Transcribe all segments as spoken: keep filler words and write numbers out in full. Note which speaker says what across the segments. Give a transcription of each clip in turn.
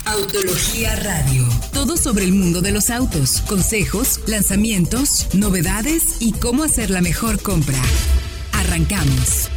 Speaker 1: Autología Radio. Todo sobre el mundo de los autos, consejos, lanzamientos, novedades y cómo hacer la mejor compra. Arrancamos.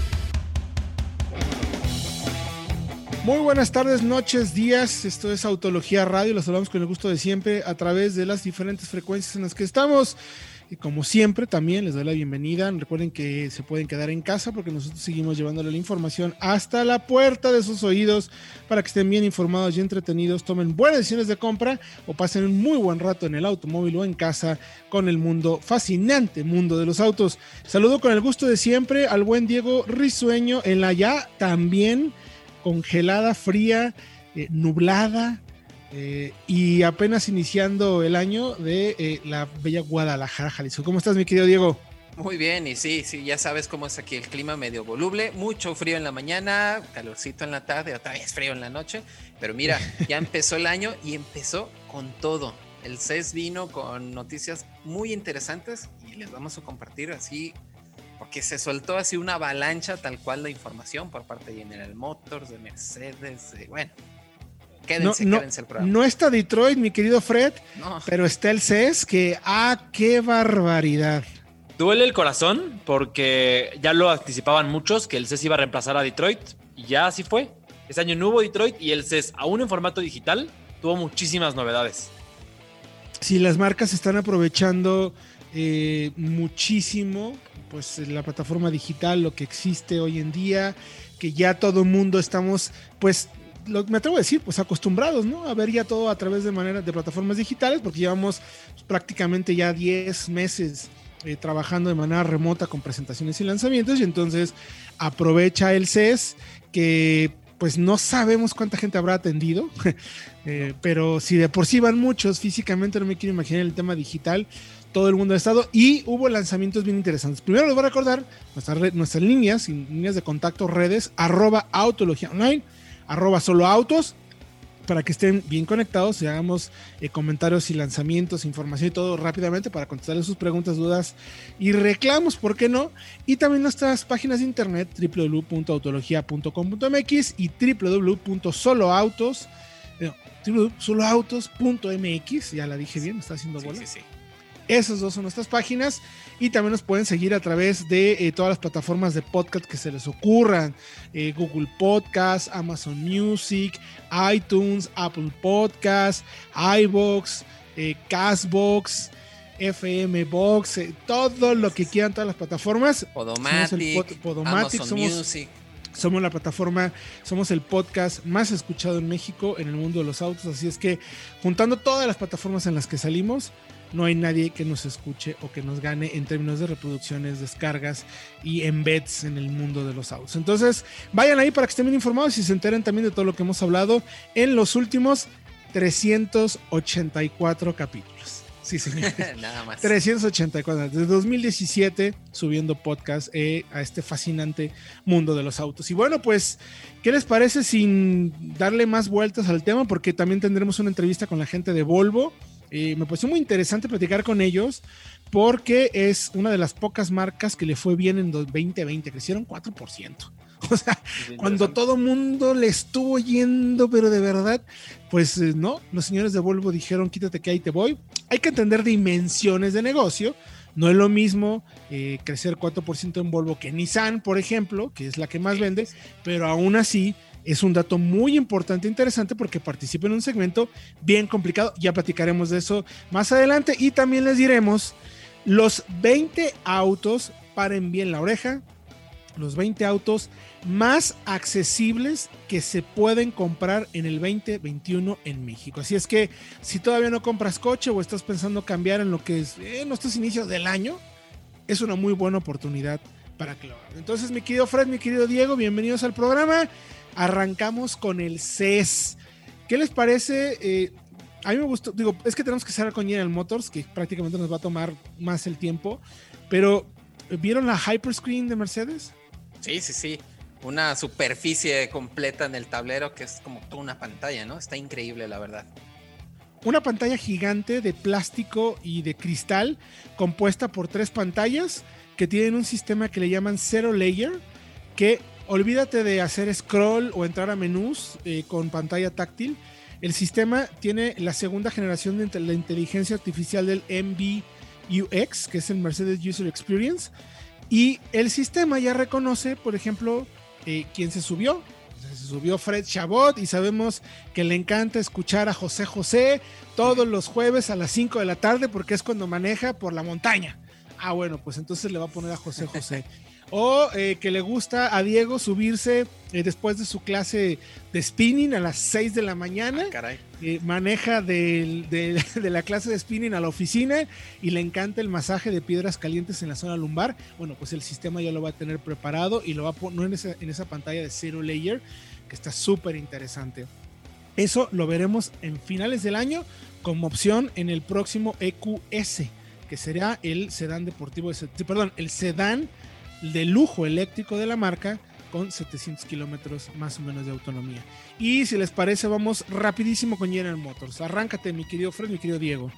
Speaker 2: Muy buenas tardes, noches, días. Esto es Autología Radio. Los saludamos con el gusto de siempre a través de las diferentes frecuencias en las que estamos. Y como siempre, también les doy la bienvenida. Recuerden que se pueden quedar en casa porque nosotros seguimos llevándole la información hasta la puerta de sus oídos para que estén bien informados y entretenidos, tomen buenas decisiones de compra o pasen un muy buen rato en el automóvil o en casa con el mundo, fascinante mundo de los autos. Saludo con el gusto de siempre al buen Diego Risueño en la ya también congelada, fría, eh, nublada, Eh, y apenas iniciando el año de eh, la bella Guadalajara, Jalisco. ¿Cómo estás, mi querido Diego?
Speaker 3: Muy bien, y sí, sí, ya sabes cómo es aquí el clima, medio voluble, mucho frío en la mañana, calorcito en la tarde, otra vez frío en la noche, pero mira, ya empezó el año y empezó con todo. El C E S vino con noticias muy interesantes y les vamos a compartir así, porque se soltó así una avalancha tal cual de información por parte de General Motors, de Mercedes, de, bueno... Quédense,
Speaker 2: no,
Speaker 3: quédense
Speaker 2: no,
Speaker 3: el programa.
Speaker 2: No está Detroit, mi querido Fred,
Speaker 3: no.
Speaker 2: pero está el C E S, que ¡ah, qué barbaridad!
Speaker 4: Duele el corazón porque ya lo anticipaban muchos que el C E S iba a reemplazar a Detroit y ya así fue. Este año no hubo Detroit y el C E S, aún en formato digital, tuvo muchísimas novedades.
Speaker 2: Sí, las marcas están aprovechando eh, muchísimo pues la plataforma digital, lo que existe hoy en día, que ya todo el mundo estamos pues... Lo, me atrevo a decir, pues acostumbrados, ¿no? A ver ya todo a través de maneras de plataformas digitales, porque llevamos pues, prácticamente ya diez meses eh, trabajando de manera remota con presentaciones y lanzamientos, y entonces aprovecha el C E S, que pues no sabemos cuánta gente habrá atendido, eh, pero si de por sí van muchos físicamente, no me quiero imaginar el tema digital. Todo el mundo ha estado y hubo lanzamientos bien interesantes. Primero les voy a recordar nuestras, red, nuestras líneas, líneas de contacto, redes, arroba Autología Online, arroba solo autos, para que estén bien conectados y hagamos eh, comentarios y lanzamientos, información y todo rápidamente para contestarles sus preguntas, dudas y reclamos, ¿por qué no? Y también nuestras páginas de internet doble u doble u doble u punto autología punto com punto m x y doble u doble u doble u punto solo autos punto m x, ya la dije bien, me está haciendo bola.
Speaker 3: Sí, sí, sí.
Speaker 2: Esas dos son nuestras páginas y también nos pueden seguir a través de eh, todas las plataformas de podcast que se les ocurran. Eh, Google Podcast, Amazon Music, iTunes, Apple Podcast, iVoox, eh, Castbox, F M Box, eh, todo lo que quieran, todas las plataformas.
Speaker 3: Podomatic,
Speaker 2: pod, Podomatic
Speaker 3: Amazon
Speaker 2: somos,
Speaker 3: Music.
Speaker 2: Somos la plataforma, somos el podcast más escuchado en México en el mundo de los autos. Así es que juntando todas las plataformas en las que salimos, no hay nadie que nos escuche o que nos gane en términos de reproducciones, descargas y embeds en el mundo de los autos. Entonces, vayan ahí para que estén bien informados y se enteren también de todo lo que hemos hablado en los últimos trescientos ochenta y cuatro capítulos. Sí, señor.
Speaker 3: Nada más.
Speaker 2: trescientos ochenta y cuatro. Desde dos mil diecisiete subiendo podcast eh, a este fascinante mundo de los autos. Y bueno, pues, ¿qué les parece sin darle más vueltas al tema? Porque también tendremos una entrevista con la gente de Volvo. Eh, me pareció muy interesante platicar con ellos porque es una de las pocas marcas que le fue bien en veinte veinte, crecieron cuatro por ciento. O sea, cuando todo mundo le estuvo yendo, pero de verdad, pues eh, no, los señores de Volvo dijeron quítate que ahí te voy. Hay que entender dimensiones de negocio. No es lo mismo eh, crecer cuatro por ciento en Volvo que Nissan, por ejemplo, que es la que más vende, pero aún así es un dato muy importante e interesante porque participa en un segmento bien complicado. Ya platicaremos de eso más adelante y también les diremos los veinte autos, paren bien la oreja, los veinte autos más accesibles que se pueden comprar en el veinte veintiuno en México. Así es que si todavía no compras coche o estás pensando cambiar en lo que es en estos inicios del año, es una muy buena oportunidad para que lo hagan. Entonces, mi querido Fred, mi querido Diego, bienvenidos al programa. Arrancamos con el C E S. ¿Qué les parece? Eh, a mí me gustó, digo, es que tenemos que cerrar con General Motors, que prácticamente nos va a tomar más el tiempo, pero ¿vieron la Hyperscreen de Mercedes?
Speaker 3: Sí, sí, sí. Una superficie completa en el tablero que es como toda una pantalla, ¿no? Está increíble, la verdad.
Speaker 2: Una pantalla gigante de plástico y de cristal compuesta por tres pantallas que tienen un sistema que le llaman Zero Layer, que olvídate de hacer scroll o entrar a menús eh, con pantalla táctil. El sistema tiene la segunda generación de la inteligencia artificial del M B U X, que es el Mercedes User Experience, y el sistema ya reconoce, por ejemplo, eh, quién se subió. O sea, se subió Fred Chabot y sabemos que le encanta escuchar a José José todos los jueves a las cinco de la tarde porque es cuando maneja por la montaña. Ah, bueno, pues entonces le va a poner a José José. O eh, que le gusta a Diego subirse eh, después de su clase de spinning a las seis de la mañana.
Speaker 3: Ah, caray.
Speaker 2: Eh, maneja de, de, de la clase de spinning a la oficina y le encanta el masaje de piedras calientes en la zona lumbar. Bueno, pues el sistema ya lo va a tener preparado y lo va a poner en esa, en esa pantalla de Zero Layer, que está súper interesante. Eso lo veremos en finales del año como opción en el próximo E Q S, que será el sedán deportivo, de, perdón, el sedán de lujo eléctrico de la marca con setecientos kilómetros más o menos de autonomía. Y si les parece, vamos rapidísimo con General Motors. Arráncate, mi querido Fred, mi querido Diego.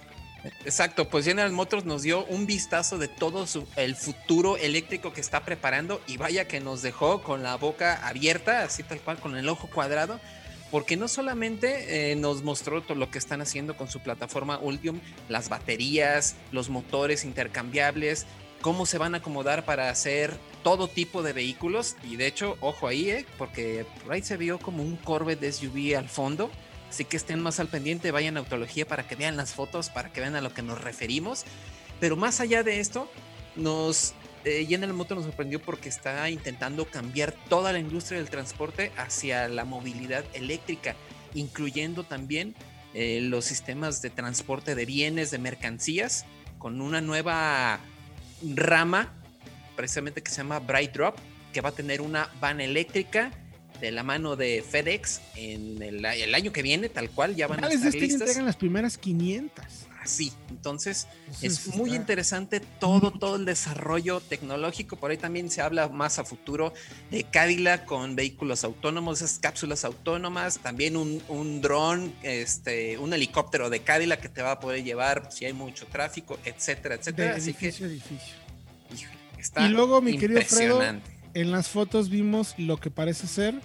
Speaker 3: Exacto, pues General Motors nos dio un vistazo de todo su, el futuro eléctrico que está preparando y vaya que nos dejó con la boca abierta, así tal cual, con el ojo cuadrado, porque no solamente eh, nos mostró todo lo que están haciendo con su plataforma Ultium, las baterías, los motores intercambiables, cómo se van a acomodar para hacer todo tipo de vehículos. Y de hecho, ojo ahí, eh, porque por ahí se vio como un Corvette S U V al fondo. Así que estén más al pendiente, vayan a Autología para que vean las fotos, para que vean a lo que nos referimos. Pero más allá de esto, nos, eh, General Motors nos sorprendió porque está intentando cambiar toda la industria del transporte hacia la movilidad eléctrica, incluyendo también eh, los sistemas de transporte de bienes, de mercancías, con una nueva rama precisamente que se llama Bright Drop, que va a tener una van eléctrica de la mano de FedEx en el, el año que viene, tal cual, ya van a estar
Speaker 2: de
Speaker 3: listas.
Speaker 2: entregan las primeras quinientas.
Speaker 3: Así, entonces
Speaker 2: Eso
Speaker 3: es
Speaker 2: está...
Speaker 3: muy interesante todo, todo el desarrollo tecnológico. Por ahí también se habla más a futuro de Cadillac con vehículos autónomos, esas cápsulas autónomas, también un, un dron, este, un helicóptero de Cadillac que te va a poder llevar si hay mucho tráfico, etcétera, etcétera.
Speaker 2: De
Speaker 3: Así
Speaker 2: edificio
Speaker 3: que,
Speaker 2: a edificio.
Speaker 3: híjole, está
Speaker 2: y luego, mi querido Fredo,
Speaker 3: impresionante.
Speaker 2: en las fotos vimos lo que parece ser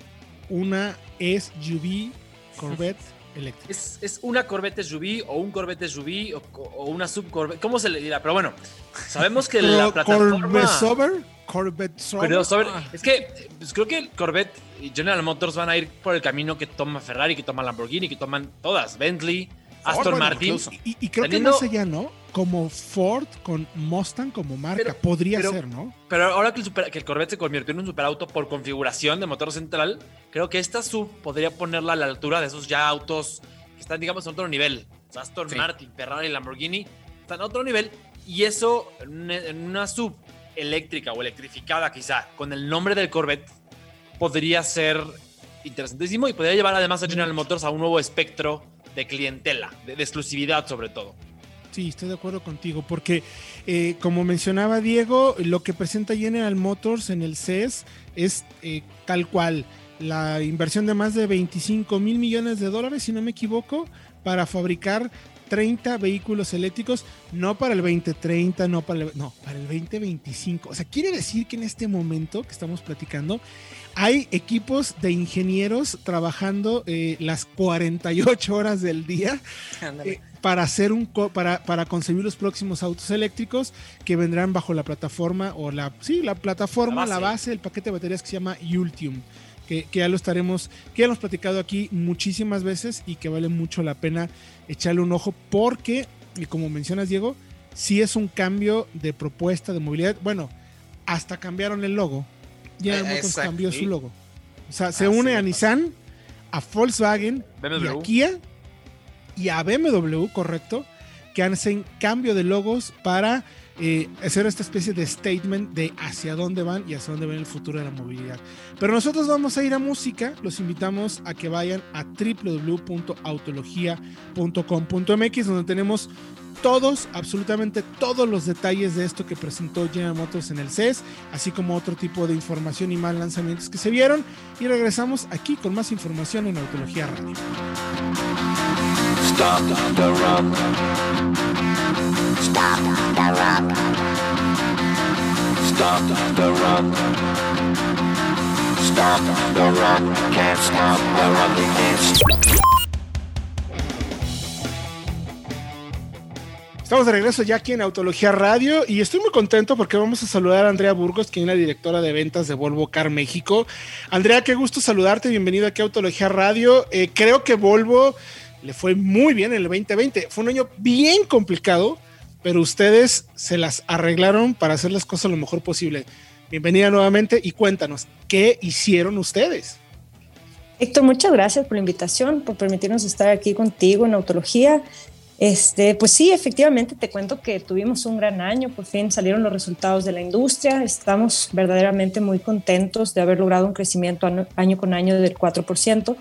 Speaker 2: una S U V Corvette eléctrica.
Speaker 4: Es, es una Corvette S U V o un Corvette S U V o, o una sub Corvette, ¿cómo se le dirá? Pero bueno, sabemos que la plataforma...
Speaker 2: Corvette Sober, Corvette Sober.
Speaker 4: Pero sobre, es que pues creo que el Corvette y General Motors van a ir por el camino que toma Ferrari, que toma Lamborghini, que toman todas, Bentley, Aston
Speaker 2: Bueno,
Speaker 4: Martin.
Speaker 2: Y, y creo
Speaker 4: Teniendo-
Speaker 2: que más allá, ¿no? Como Ford con Mustang como marca,
Speaker 4: Pero-
Speaker 2: podría
Speaker 4: pero-
Speaker 2: ser, ¿no?
Speaker 4: Pero ahora que el, super- que el Corvette se convirtió en un superauto por configuración de motor central, creo que esta sub podría ponerla a la altura de esos ya autos que están, digamos, en otro nivel. O sea, Aston
Speaker 3: Sí.
Speaker 4: Martin, Ferrari, Lamborghini están a otro nivel. Y eso en una, en una sub eléctrica o electrificada, quizá, con el nombre del Corvette, podría ser interesantísimo y podría llevar además a General Motors a un nuevo espectro de clientela, de, de exclusividad sobre todo.
Speaker 2: Sí, estoy de acuerdo contigo, porque eh, como mencionaba Diego, lo que presenta General Motors en el C E S es eh, tal cual, la inversión de más de veinticinco mil millones de dólares, si no me equivoco, para fabricar treinta vehículos eléctricos, no para el veinte treinta, no para el, no, para el veinte veinticinco. O sea, quiere decir que en este momento que estamos platicando, hay equipos de ingenieros trabajando eh, las cuarenta y ocho horas del día
Speaker 3: Ándale.
Speaker 2: eh, para hacer un co- para, para concebir los próximos autos eléctricos que vendrán bajo la plataforma o la sí la plataforma,
Speaker 4: La
Speaker 2: la
Speaker 4: base.
Speaker 2: base, el paquete de baterías que se llama Ultium, que, que ya lo estaremos, que ya lo hemos platicado aquí muchísimas veces y que vale mucho la pena echarle un ojo porque, y como mencionas Diego, sí es un cambio de propuesta de movilidad. Bueno, hasta cambiaron el logo. General
Speaker 3: Eh,
Speaker 2: Motors
Speaker 3: exacto,
Speaker 2: cambió
Speaker 3: sí.
Speaker 2: su logo. O sea, se
Speaker 3: Ah,
Speaker 2: une
Speaker 3: sí,
Speaker 2: a
Speaker 3: me
Speaker 2: Nissan, a Volkswagen
Speaker 4: B M
Speaker 2: y
Speaker 4: W.
Speaker 2: a Kia y a B M W, correcto, que hacen cambio de logos para eh, hacer esta especie de statement de hacia dónde van y hacia dónde va el futuro de la movilidad. Pero nosotros vamos a ir a música, los invitamos a que vayan a w w w punto autologia punto com punto m x, donde tenemos todos, absolutamente todos los detalles de esto que presentó General Motors en el C E S, así como otro tipo de información y más lanzamientos que se vieron. Y regresamos aquí con más información en Autología Radio.
Speaker 5: Stop the rock. Stop the rock. Stop the rock. Stop the rock. Can't stop the rock. Can't stop.
Speaker 2: Estamos de regreso ya aquí en Autología Radio y estoy muy contento porque vamos a saludar a Andrea Burgos, quien es la directora de ventas de Volvo Car México. Andrea, qué gusto saludarte, bienvenido aquí a Autología Radio. Eh, creo que Volvo le fue muy bien en el veinte veinte. Fue un año bien complicado, pero ustedes se las arreglaron para hacer las cosas lo mejor posible. Bienvenida nuevamente y cuéntanos, ¿qué hicieron ustedes?
Speaker 6: Héctor, muchas gracias por la invitación, por permitirnos estar aquí contigo en Autología. Este, pues sí, efectivamente te cuento que tuvimos un gran año, por fin salieron los resultados de la industria, estamos verdaderamente muy contentos de haber logrado un crecimiento año, año con año del cuatro por ciento.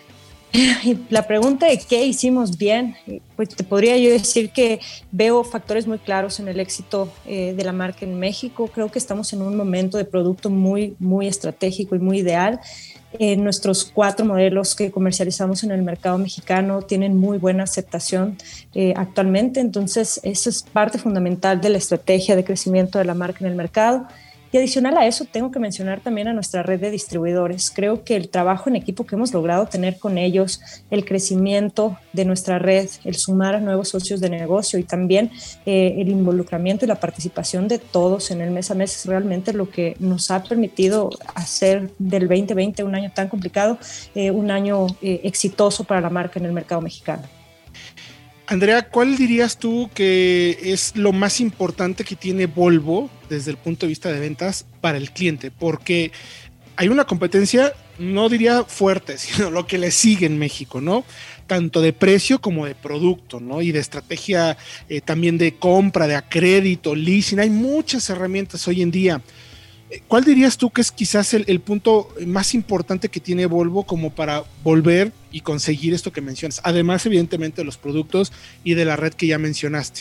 Speaker 6: Y la pregunta de qué hicimos bien, pues te podría yo decir que veo factores muy claros en el éxito eh, de la marca en México. Creo que estamos en un momento de producto muy, muy estratégico y muy ideal. Eh, nuestros cuatro modelos que comercializamos en el mercado mexicano tienen muy buena aceptación eh, actualmente, entonces eso es parte fundamental de la estrategia de crecimiento de la marca en el mercado. Y adicional a eso, tengo que mencionar también a nuestra red de distribuidores. Creo que el trabajo en equipo que hemos logrado tener con ellos, el crecimiento de nuestra red, el sumar a nuevos socios de negocio y también eh, el involucramiento y la participación de todos en el mes a mes es realmente lo que nos ha permitido hacer del veinte veinte un año tan complicado, eh, un año eh, exitoso para la marca en el mercado mexicano.
Speaker 2: Andrea, ¿cuál dirías tú que es lo más importante que tiene Volvo desde el punto de vista de ventas para el cliente? Porque hay una competencia, no diría fuerte, sino lo que le sigue en México, ¿no? Tanto de precio como de producto, ¿no? Y de estrategia eh, también de compra, de a crédito, leasing. Hay muchas herramientas hoy en día. ¿Cuál dirías tú que es quizás el, el punto más importante que tiene Volvo como para volver y conseguir esto que mencionas? Además, evidentemente, de los productos y de la red que ya mencionaste.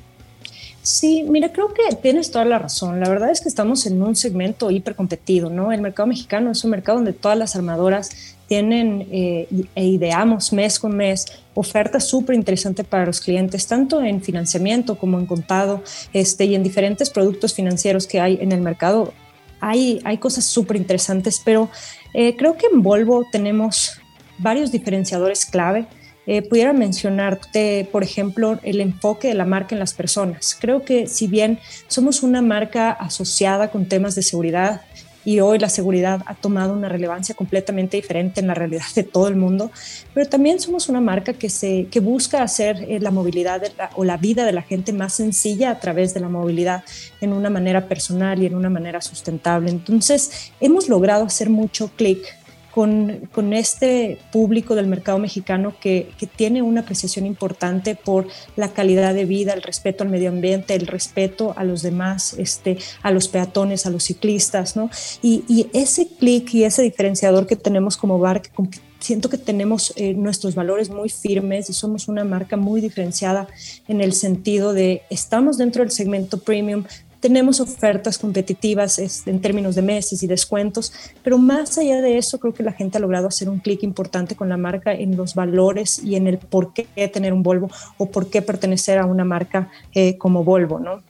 Speaker 6: Sí, mira, creo que tienes toda la razón. La verdad es que estamos en un segmento hipercompetido, ¿no? El mercado mexicano es un mercado donde todas las armadoras tienen eh, e ideamos mes con mes ofertas súper interesantes para los clientes, tanto en financiamiento como en contado este, y en diferentes productos financieros que hay en el mercado. Hay, hay cosas súper interesantes, pero eh, creo que en Volvo tenemos varios diferenciadores clave. Eh, pudiera mencionarte, por ejemplo, el enfoque de la marca en las personas. Creo que si bien somos una marca asociada con temas de seguridad y hoy la seguridad ha tomado una relevancia completamente diferente en la realidad de todo el mundo, pero también somos una marca que, se, que busca hacer eh, la movilidad de la, o la vida de la gente más sencilla a través de la movilidad en una manera personal y en una manera sustentable. Entonces, hemos logrado hacer mucho clic Con, con este público del mercado mexicano que, que tiene una apreciación importante por la calidad de vida, el respeto al medio ambiente, el respeto a los demás, este, a los peatones, a los ciclistas, ¿no? Y, y ese clic y ese diferenciador que tenemos como marca, siento que tenemos eh, nuestros valores muy firmes y somos una marca muy diferenciada en el sentido de estamos dentro del segmento premium. Tenemos ofertas competitivas en términos de meses y descuentos, pero más allá de eso creo que la gente ha logrado hacer un clic importante con la marca en los valores y en el por qué tener un Volvo o por qué pertenecer a una marca eh, como Volvo, ¿no?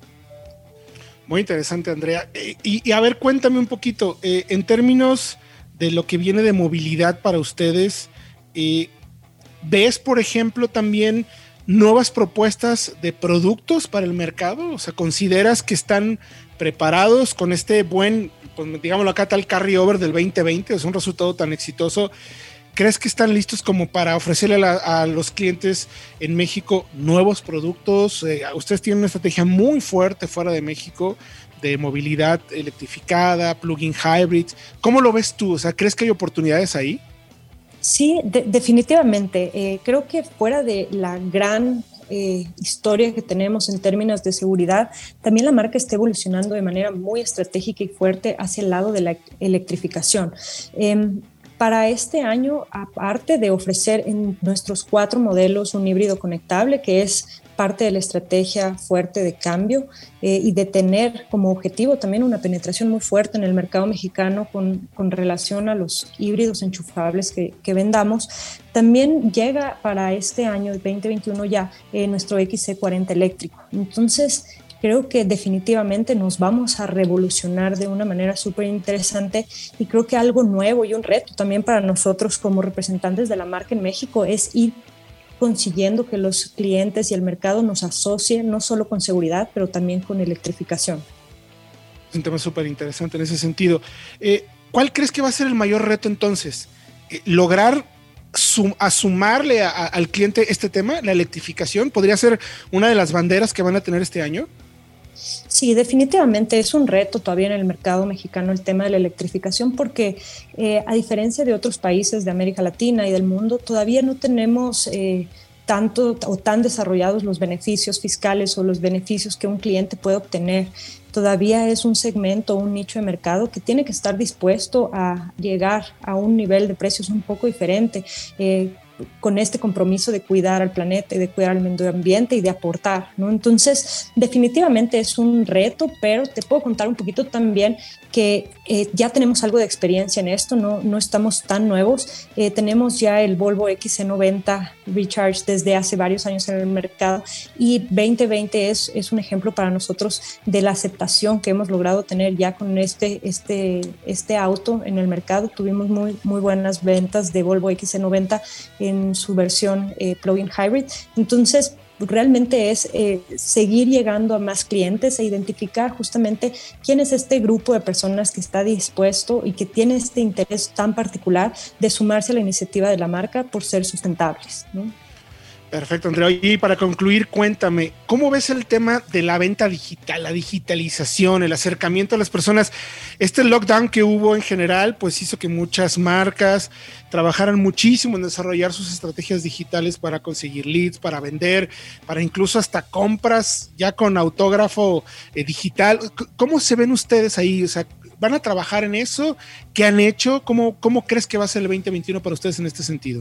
Speaker 2: Muy interesante, Andrea. Eh, y, y a ver, cuéntame un poquito, eh, en términos de lo que viene de movilidad para ustedes, eh, ¿ves, por ejemplo, también nuevas propuestas de productos para el mercado? O sea, ¿consideras que están preparados con este buen, pues, digámoslo acá, tal carryover del veinte veinte? Es un resultado tan exitoso. ¿Crees que están listos como para ofrecerle a, la, a los clientes en México nuevos productos? Eh, ustedes tienen una estrategia muy fuerte fuera de México de movilidad electrificada, plug-in hybrid. ¿Cómo lo ves tú? O sea, ¿crees que hay oportunidades ahí?
Speaker 6: Sí, de, definitivamente. Eh, creo que fuera de la gran eh, historia que tenemos en términos de seguridad, también la marca está evolucionando de manera muy estratégica y fuerte hacia el lado de la electrificación. Eh, Para este año, aparte de ofrecer en nuestros cuatro modelos un híbrido conectable, que es parte de la estrategia fuerte de cambio eh, y de tener como objetivo también una penetración muy fuerte en el mercado mexicano con, con relación a los híbridos enchufables que, que vendamos, también llega para este año veinte veintiuno ya eh, nuestro X C cuarenta eléctrico. Entonces, creo que definitivamente nos vamos a revolucionar de una manera súper interesante y creo que algo nuevo y un reto también para nosotros como representantes de la marca en México es ir consiguiendo que los clientes y el mercado nos asocien no solo con seguridad, pero también con electrificación.
Speaker 2: Es un tema súper interesante en ese sentido. Eh, ¿Cuál crees que va a ser el mayor reto entonces? Eh, ¿Lograr sum, a sumarle a, a, al cliente este tema, la electrificación? ¿Podría ser una de las banderas que van a tener este año?
Speaker 6: Sí, definitivamente es un reto todavía en el mercado mexicano el tema de la electrificación porque eh, a diferencia de otros países de América Latina y del mundo, todavía no tenemos eh, tanto o tan desarrollados los beneficios fiscales o los beneficios que un cliente puede obtener. Todavía es un segmento, un nicho de mercado que tiene que estar dispuesto a llegar a un nivel de precios un poco diferente, eh, con este compromiso de cuidar al planeta y de cuidar al medio ambiente y de aportar, ¿no? Entonces, definitivamente es un reto, pero te puedo contar un poquito también que eh, ya tenemos algo de experiencia en esto, no, no estamos tan nuevos. Eh, tenemos ya el Volvo X C noventa Recharge desde hace varios años en el mercado y veinte veinte es, es un ejemplo para nosotros de la aceptación que hemos logrado tener ya con este, este, este auto en el mercado. Tuvimos muy, muy buenas ventas de Volvo X C noventa en su versión eh, plug-in hybrid. Entonces, realmente es eh, seguir llegando a más clientes e identificar justamente quién es este grupo de personas que está dispuesto y que tiene este interés tan particular de sumarse a la iniciativa de la marca por ser sustentables, ¿no?
Speaker 2: Perfecto, Andrea. Y para concluir, cuéntame, ¿cómo ves el tema de la venta digital, la digitalización, el acercamiento a las personas? Este lockdown que hubo en general, pues hizo que muchas marcas trabajaran muchísimo en desarrollar sus estrategias digitales para conseguir leads, para vender, para incluso hasta compras ya con autógrafo eh, digital. ¿Cómo se ven ustedes ahí? O sea, ¿van a trabajar en eso? ¿Qué han hecho? ¿Cómo, cómo crees que va a ser el veinte veintiuno para ustedes en este sentido?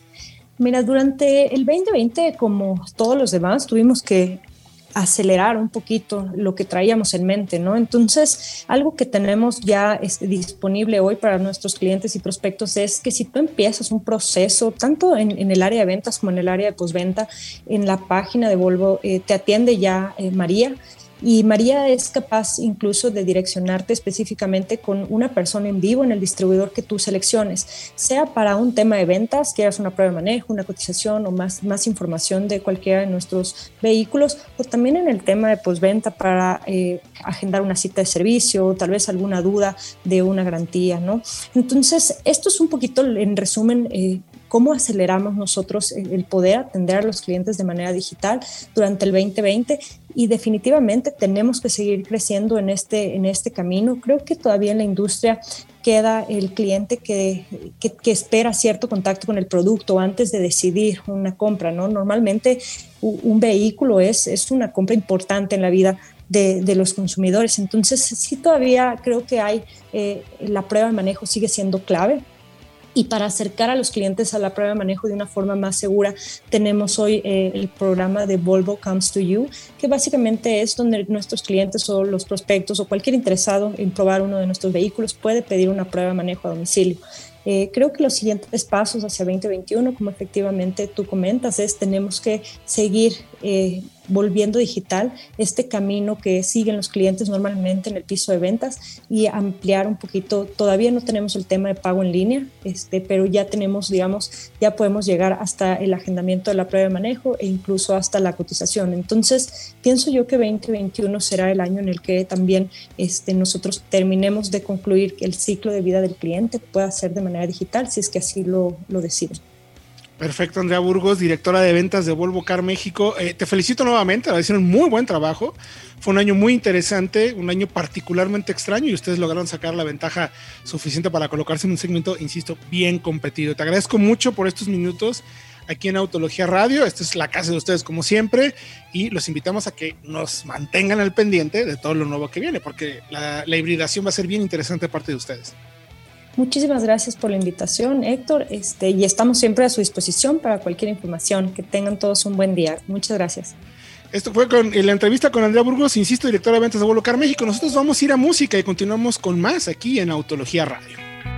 Speaker 6: Mira, durante el veinte veinte, como todos los demás, tuvimos que acelerar un poquito lo que traíamos en mente, ¿no? Entonces, algo que tenemos ya este, disponible hoy para nuestros clientes y prospectos es que si tú empiezas un proceso, tanto en, en el área de ventas como en el área de postventa, en la página de Volvo eh, te atiende ya eh, María, y María es capaz incluso de direccionarte específicamente con una persona en vivo en el distribuidor que tú selecciones, sea para un tema de ventas, quieras una prueba de manejo, una cotización o más, más información de cualquiera de nuestros vehículos, o también en el tema de postventa para eh, agendar una cita de servicio o tal vez alguna duda de una garantía, ¿no? Entonces, esto es un poquito en resumen eh, cómo aceleramos nosotros el poder atender a los clientes de manera digital durante el veinte veinte, y definitivamente tenemos que seguir creciendo en este, en este camino. Creo que todavía en la industria queda el cliente que, que, que espera cierto contacto con el producto antes de decidir una compra, ¿no? Normalmente un vehículo es, es una compra importante en la vida de, de los consumidores, entonces sí todavía creo que hay, eh, la prueba de manejo sigue siendo clave. Y para acercar a los clientes a la prueba de manejo de una forma más segura, tenemos hoy eh, el programa de Volvo Comes to You, que básicamente es donde nuestros clientes o los prospectos o cualquier interesado en probar uno de nuestros vehículos puede pedir una prueba de manejo a domicilio. Eh, creo que los siguientes pasos hacia veinte veintiuno, como efectivamente tú comentas, es tenemos que seguir eh, volviendo digital este camino que siguen los clientes normalmente en el piso de ventas y ampliar un poquito. Todavía no tenemos el tema de pago en línea, este, pero ya tenemos, digamos, ya podemos llegar hasta el agendamiento de la prueba de manejo e incluso hasta la cotización. Entonces, pienso yo que veinte veintiuno será el año en el que también este, nosotros terminemos de concluir que el ciclo de vida del cliente pueda ser de manera digital, si es que así lo, lo deciden.
Speaker 2: Perfecto, Andrea Burgos, directora de ventas de Volvo Car México. Eh, te felicito nuevamente, hicieron un muy buen trabajo. Fue un año muy interesante, un año particularmente extraño y ustedes lograron sacar la ventaja suficiente para colocarse en un segmento, insisto, bien competido. Te agradezco mucho por estos minutos aquí en Autología Radio. Esta es la casa de ustedes como siempre y los invitamos a que nos mantengan al pendiente de todo lo nuevo que viene, porque la, la hibridación va a ser bien interesante de parte de ustedes.
Speaker 6: Muchísimas gracias por la invitación, Héctor, este, y estamos siempre a su disposición para cualquier información. Que tengan todos un buen día. Muchas gracias.
Speaker 2: Esto fue con la entrevista con Andrea Burgos, insisto, directora de ventas de Volvo Car México. Nosotros vamos a ir a música y continuamos con más aquí en Autología Radio.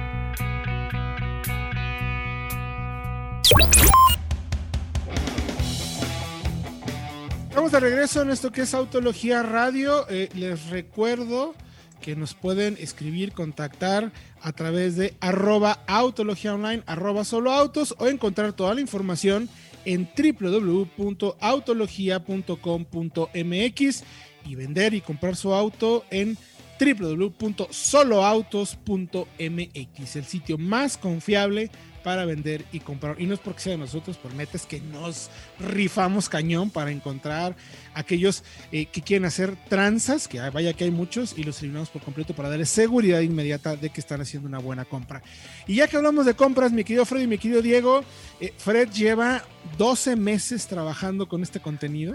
Speaker 2: Estamos de regreso en esto que es Autología Radio. Eh, les recuerdo que nos pueden escribir, contactar a través de arroba autología online, arroba solo autos, o encontrar toda la información en w w w punto autologia punto com punto m x y vender y comprar su auto en w w w punto solo autos punto m x, el sitio más confiable para vender y comprar. Y no es porque sea de nosotros, pero neta es que nos rifamos cañón para encontrar aquellos eh, que quieren hacer tranzas, que vaya que hay muchos, y los eliminamos por completo para darles seguridad inmediata de que están haciendo una buena compra. Y ya que hablamos de compras, mi querido Fred y mi querido Diego, eh, Fred lleva doce meses trabajando con este contenido.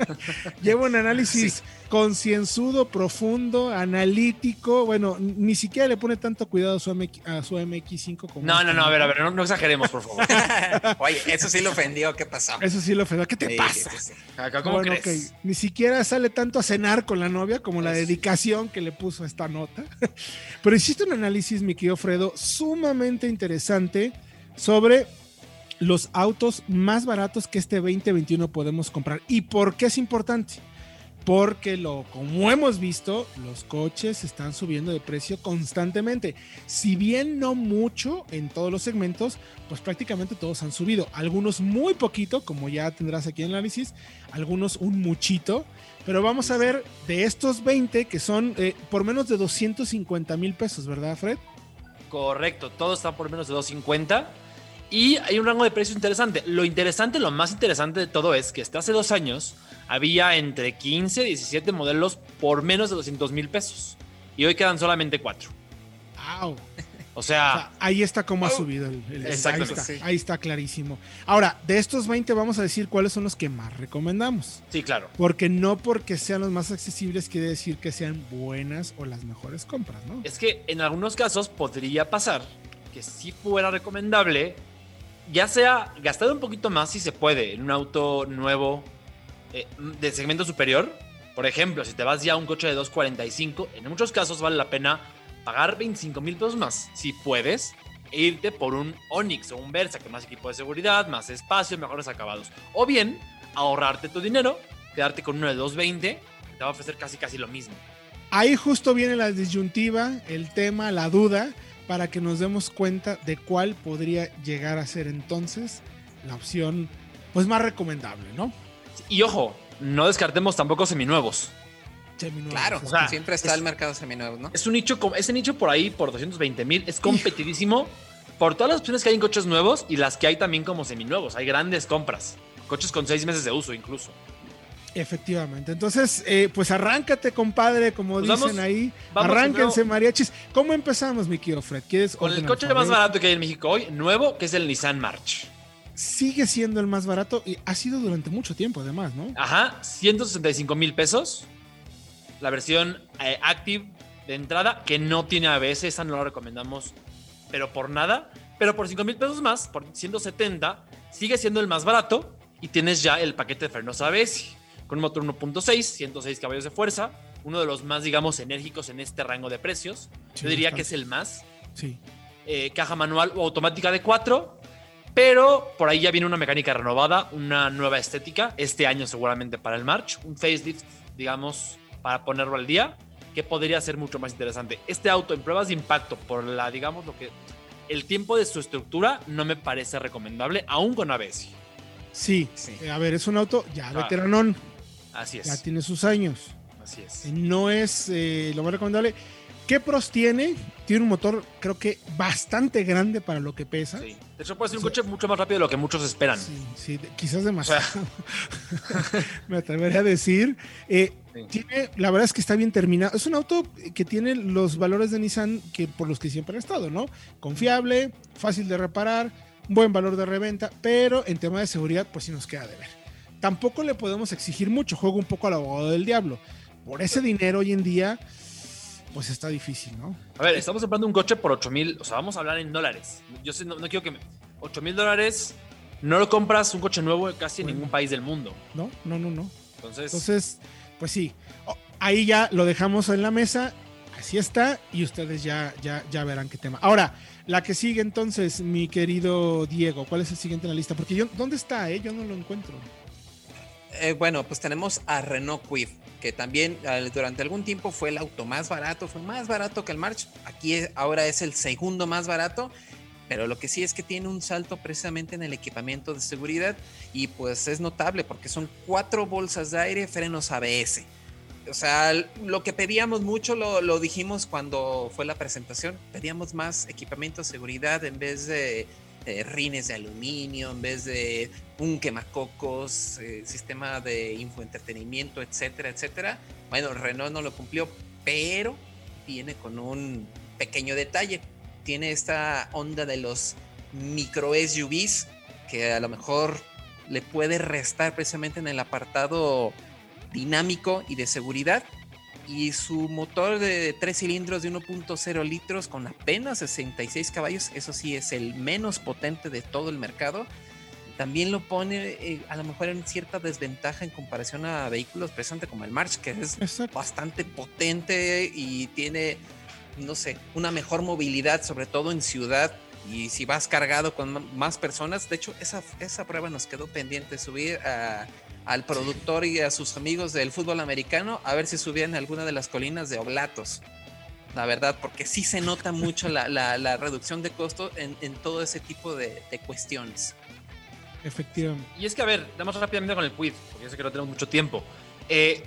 Speaker 2: Lleva un análisis sí. concienzudo, profundo, analítico. Bueno, ni siquiera le pone tanto cuidado a su, M X, a su M X cinco como
Speaker 4: no, no, no, a ver, a ver, no, no exageremos, por favor.
Speaker 3: Oye, eso sí lo ofendió, ¿qué pasó?
Speaker 2: Eso sí lo ofendió, ¿qué te
Speaker 3: sí,
Speaker 2: pasa?
Speaker 3: Sí, sí.
Speaker 4: ¿Cómo
Speaker 2: bueno,
Speaker 4: crees?
Speaker 2: Okay. Ni siquiera sale tanto a cenar con la novia como la
Speaker 3: sí.
Speaker 2: dedicación que le puso a esta nota. Pero hiciste un análisis, mi querido Fredo, sumamente interesante sobre los autos más baratos que este veinte veintiuno podemos comprar. ¿Y por qué es importante? Porque lo, como hemos visto, los coches están subiendo de precio constantemente. Si bien no mucho en todos los segmentos, pues prácticamente todos han subido. Algunos muy poquito, como ya tendrás aquí en el análisis, algunos un muchito. Pero vamos a ver de estos veinte que son eh, por menos de doscientos cincuenta mil pesos, ¿verdad, Fred?
Speaker 4: Correcto, todos están por menos de doscientos cincuenta. Y hay un rango de precio interesante. Lo interesante, lo más interesante de todo es que hasta hace dos años había entre quince y diecisiete modelos por menos de doscientos mil pesos. Y hoy quedan solamente cuatro.
Speaker 2: ¡Wow!
Speaker 4: O sea,
Speaker 2: o sea, ahí está como ha subido el, el
Speaker 4: exacto,
Speaker 2: ahí está,
Speaker 3: sí.
Speaker 2: ahí está clarísimo. Ahora, de estos veinte vamos a decir cuáles son los que más recomendamos.
Speaker 4: Sí, claro.
Speaker 2: Porque no porque sean los más accesibles quiere decir que sean buenas o las mejores compras, ¿no?
Speaker 4: Es que en algunos casos podría pasar que sí fuera recomendable, ya sea gastar un poquito más si se puede en un auto nuevo eh, de segmento superior. Por ejemplo, si te vas ya a un coche de doscientos cuarenta y cinco, en muchos casos vale la pena pagar veinticinco mil pesos más, si puedes, e irte por un Onix o un Versa, con más equipo de seguridad, más espacio, mejores acabados. O bien, ahorrarte tu dinero, quedarte con uno de doscientos veinte, que te va a ofrecer casi casi lo mismo.
Speaker 2: Ahí justo viene la disyuntiva, el tema, la duda, para que nos demos cuenta de cuál podría llegar a ser entonces la opción pues más recomendable, ¿no?
Speaker 4: Y ojo, no descartemos tampoco seminuevos.
Speaker 2: Seminuevos.
Speaker 3: Claro,
Speaker 4: o sea,
Speaker 3: siempre está
Speaker 4: es,
Speaker 3: el mercado seminuevo, ¿no?
Speaker 4: Es un nicho, ese nicho por ahí, por doscientos veinte mil, es competidísimo por todas las opciones que hay en coches nuevos y las que hay también como seminuevos. Hay grandes compras, coches con seis meses de uso incluso.
Speaker 2: Efectivamente. Entonces, eh, pues arráncate, compadre, como
Speaker 4: pues
Speaker 2: dicen
Speaker 4: vamos,
Speaker 2: ahí.
Speaker 4: Vamos
Speaker 2: Arránquense,
Speaker 4: primero,
Speaker 2: mariachis. ¿Cómo empezamos, mi querido Fred? ¿Quieres
Speaker 4: con el
Speaker 2: orden
Speaker 4: coche
Speaker 2: alfabético?
Speaker 4: más barato que hay en México hoy, nuevo, que es el Nissan March.
Speaker 2: Sigue siendo el más barato y ha sido durante mucho tiempo, además, ¿no?
Speaker 4: Ajá, ciento sesenta y cinco mil pesos. La versión eh, Active de entrada, que no tiene A B S, esa no la recomendamos, pero por nada. Pero por cinco mil pesos más, por ciento setenta, sigue siendo el más barato y tienes ya el paquete de frenos A B S. Con un motor uno punto seis, ciento seis caballos de fuerza, uno de los más, digamos, enérgicos en este rango de precios.
Speaker 2: Sí,
Speaker 4: Yo diría
Speaker 2: bastante.
Speaker 4: que es el más.
Speaker 2: Sí.
Speaker 4: Eh, caja manual o automática de cuatro, pero por ahí ya viene una mecánica renovada, una nueva estética, este año seguramente para el March, un facelift, digamos, para ponerlo al día, que podría ser mucho más interesante. Este auto en pruebas de impacto, por la, digamos, lo que el tiempo de su estructura, no me parece recomendable, aún con A B S.
Speaker 2: Sí.
Speaker 3: Sí.
Speaker 2: Eh, a ver, es un auto ya
Speaker 4: Ah.
Speaker 2: veteranón,
Speaker 4: Así es.
Speaker 2: ya tiene sus años.
Speaker 4: Así es.
Speaker 2: Eh, No es eh, lo más recomendable. ¿Qué pros tiene? Tiene un motor, creo que bastante grande para lo que pesa.
Speaker 4: Sí. De hecho, puede ser un
Speaker 2: Sí.
Speaker 4: coche mucho más rápido de lo que muchos esperan.
Speaker 2: Sí, sí, de- quizás demasiado. Me atrevería a decir. Eh,
Speaker 4: Sí.
Speaker 2: tiene, la verdad es que está bien terminado. Es un auto que tiene los valores de Nissan que por los que siempre ha estado, ¿no? Confiable, fácil de reparar, buen valor de reventa, pero en tema de seguridad, pues sí nos queda de ver. Tampoco le podemos exigir mucho. Juega un poco al abogado del diablo. Por ese dinero hoy en día, pues está difícil, ¿no?
Speaker 4: A ver, estamos comprando un coche por ocho mil, o sea, vamos a hablar en dólares. Yo sé, no, no quiero que me... ocho mil dólares, no lo compras un coche nuevo casi en
Speaker 2: Bueno.
Speaker 4: ningún país del mundo.
Speaker 2: No, no, no, no.
Speaker 4: Entonces,
Speaker 2: Entonces, pues sí, oh, ahí ya lo dejamos en la mesa, así está, y ustedes ya, ya, ya verán qué tema. Ahora, la que sigue entonces, mi querido Diego, ¿cuál es el siguiente en la lista? Porque yo, ¿dónde está? Eh? Yo no lo encuentro.
Speaker 3: Eh, bueno, pues tenemos a Renault Kwid, que también eh, durante algún tiempo fue el auto más barato, fue más barato que el March. Aquí es- ahora es el segundo más barato pero lo que sí es que tiene un salto precisamente en el equipamiento de seguridad y pues es notable porque son cuatro bolsas de aire, frenos A B S. O sea, lo que pedíamos mucho, lo, lo dijimos cuando fue la presentación, pedíamos más equipamiento de seguridad en vez de eh, rines de aluminio, en vez de un quemacocos, eh, sistema de infoentretenimiento, etcétera, etcétera. Bueno, Renault no lo cumplió, pero viene con un pequeño detalle. Tiene esta onda de los micro S U Vs que a lo mejor le puede restar precisamente en el apartado dinámico y de seguridad, y su motor de tres cilindros de uno punto cero litros con apenas sesenta y seis caballos, eso sí es el menos potente de todo el mercado, también lo pone eh, a lo mejor en cierta desventaja en comparación a vehículos precisamente como el March, que es
Speaker 2: Exacto.
Speaker 3: bastante potente y tiene, no sé, una mejor movilidad, sobre todo en ciudad. Y si vas cargado con más personas, de hecho, esa, esa prueba nos quedó pendiente, subir a, al productor y a sus amigos del fútbol americano a ver si subían alguna de las colinas de Oblatos. La verdad, porque sí se nota mucho la, la, la reducción de costo en, en todo ese tipo de, de cuestiones.
Speaker 2: Efectivamente.
Speaker 4: Y es que, a ver, damos rápidamente con el Kwid, porque yo sé que no tenemos mucho tiempo. Eh,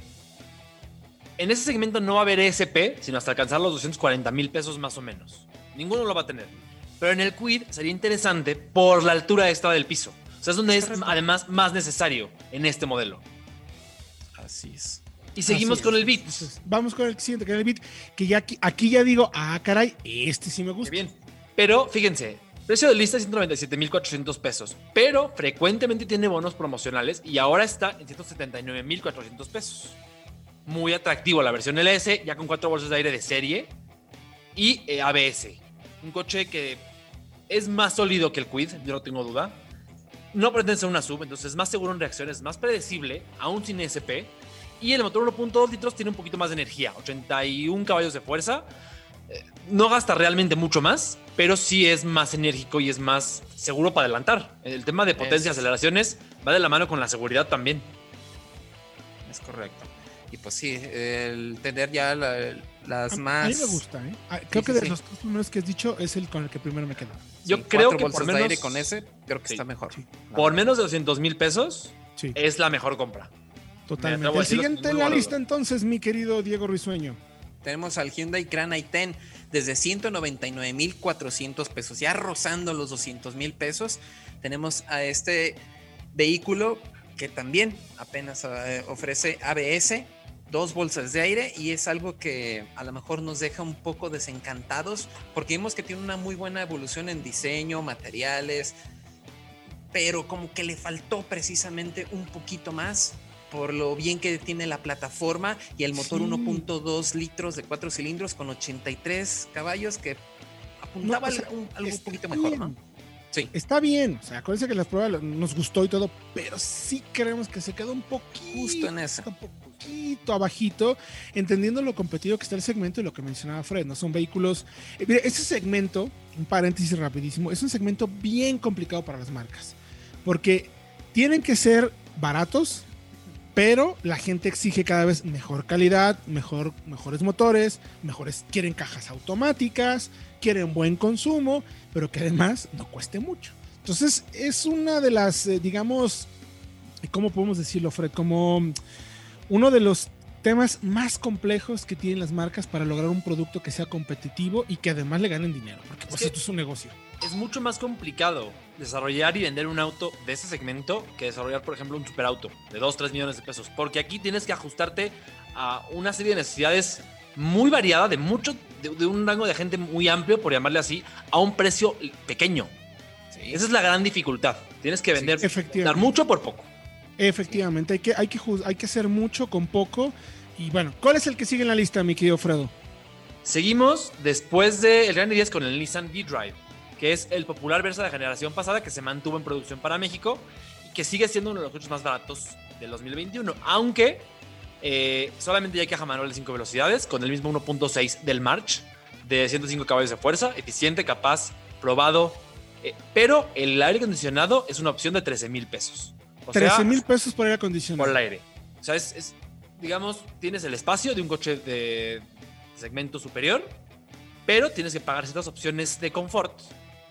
Speaker 4: en ese segmento no va a haber E S P, sino hasta alcanzar los doscientos cuarenta mil pesos más o menos. Ninguno lo va a tener. Pero en el Kwid sería interesante por la altura extra del piso. O sea, es donde es además más necesario en este modelo.
Speaker 3: Así es.
Speaker 4: Y seguimos
Speaker 2: Así
Speaker 4: con
Speaker 2: es.
Speaker 4: el Beat.
Speaker 2: Entonces, vamos con el siguiente, que es el Beat, que ya aquí, aquí ya digo, ah, caray, este sí me
Speaker 4: Qué
Speaker 2: gusta.
Speaker 4: bien. Pero fíjense, precio de lista ciento noventa y siete mil cuatrocientos pesos. Pero frecuentemente tiene bonos promocionales y ahora está en ciento setenta y nueve mil cuatrocientos pesos. Muy atractivo la versión L S, ya con cuatro bolsas de aire de serie y eh, A B S. Un coche que es más sólido que el Kwid, yo no tengo duda. No pretende ser una sub, entonces es más seguro en reacciones, más predecible, aún sin E S P. Y el motor uno punto dos litros tiene un poquito más de energía, ochenta y un caballos de fuerza. Eh, no gasta realmente mucho más, pero sí es más enérgico y es más seguro para adelantar. El tema de potencia y
Speaker 3: Es-
Speaker 4: aceleraciones va de la mano con la seguridad también.
Speaker 3: Es correcto. Y pues sí, el tener ya la- las
Speaker 2: A,
Speaker 3: más...
Speaker 2: a mí me gusta, ¿eh? Ah, creo
Speaker 3: Sí,
Speaker 2: que
Speaker 3: sí,
Speaker 2: de
Speaker 3: sí.
Speaker 2: los tres primeros que has dicho es el con el que primero me quedo.
Speaker 4: Yo
Speaker 3: Sí,
Speaker 4: creo
Speaker 3: cuatro
Speaker 4: que
Speaker 3: bolsas
Speaker 4: por
Speaker 3: de
Speaker 4: menos,
Speaker 3: aire con ese, creo que
Speaker 4: Sí,
Speaker 3: está mejor.
Speaker 2: sí.
Speaker 3: la
Speaker 4: por
Speaker 3: verdad.
Speaker 4: menos de doscientos mil pesos
Speaker 2: Sí,
Speaker 4: es la mejor compra.
Speaker 2: totalmente.
Speaker 4: atrevo a
Speaker 2: El
Speaker 4: decirlo sin
Speaker 2: siguiente en
Speaker 4: ningún
Speaker 2: la
Speaker 4: lugar a
Speaker 2: lista,
Speaker 4: duda.
Speaker 2: entonces, mi querido Diego Risueño.
Speaker 3: Tenemos al Hyundai Crana i diez desde ciento noventa y nueve mil cuatrocientos pesos, ya rozando los doscientos mil pesos. Tenemos a este vehículo que también apenas eh, ofrece A B S, dos bolsas de aire, y es algo que a lo mejor nos deja un poco desencantados porque vimos que tiene una muy buena evolución en diseño, materiales, pero como que le faltó precisamente un poquito más por lo bien que tiene la plataforma y el motor
Speaker 2: Sí.
Speaker 3: uno punto dos litros de cuatro cilindros con ochenta y tres caballos que apuntaba
Speaker 2: No, o sea,
Speaker 3: al- un- algo un
Speaker 2: está
Speaker 3: poquito mejor,
Speaker 2: bien.
Speaker 3: ¿no? Sí.
Speaker 2: Está bien, o sea, acuérdense que las pruebas nos gustó y todo, pero sí creemos que se quedó un poquito,
Speaker 3: Justo en eso.
Speaker 2: un poquito abajito, entendiendo lo competido que está el segmento y lo que mencionaba Fred, ¿no? Son vehículos. Eh, mire, ese segmento, un paréntesis rapidísimo, es un segmento bien complicado para las marcas, porque tienen que ser baratos, pero la gente exige cada vez mejor calidad, mejor, mejores motores, mejores, quieren cajas automáticas, quieren buen consumo, pero que además no cueste mucho. Entonces es una de las, eh, digamos, ¿cómo podemos decirlo, Fred? Como mm, uno de los temas más complejos que tienen las marcas para lograr un producto que sea competitivo y que además le ganen dinero, porque pues
Speaker 4: que-
Speaker 2: esto es un negocio.
Speaker 4: Es mucho más complicado desarrollar y vender un auto de ese segmento que desarrollar, por ejemplo, un superauto de dos, tres millones de pesos. Porque aquí tienes que ajustarte a una serie de necesidades muy variada, de mucho, de, de un rango de gente muy amplio, por llamarle así, a un precio pequeño.
Speaker 3: Sí.
Speaker 4: Esa es la gran dificultad. Tienes que vender, dar
Speaker 2: Efectivamente.
Speaker 4: mucho por poco.
Speaker 2: Efectivamente, hay que, hay, que, ju- hay que hacer mucho con poco. Y bueno, ¿cuál es el que sigue en la lista, mi querido Fredo?
Speaker 4: Seguimos después del Gran diez con el Nissan V-Drive, que es el popular Versa de generación pasada que se mantuvo en producción para México y que sigue siendo uno de los coches más baratos del dos mil veintiuno, aunque eh, solamente ya hay caja manual de cinco velocidades con el mismo uno punto seis del March de ciento cinco caballos de fuerza, eficiente, capaz, probado, eh, pero el aire acondicionado es una opción de trece mil pesos. O
Speaker 2: trece
Speaker 4: sea,
Speaker 2: mil pesos por aire acondicionado.
Speaker 4: por el aire. O sea, es, es, digamos, tienes el espacio de un coche de segmento superior, pero tienes que pagar ciertas opciones de confort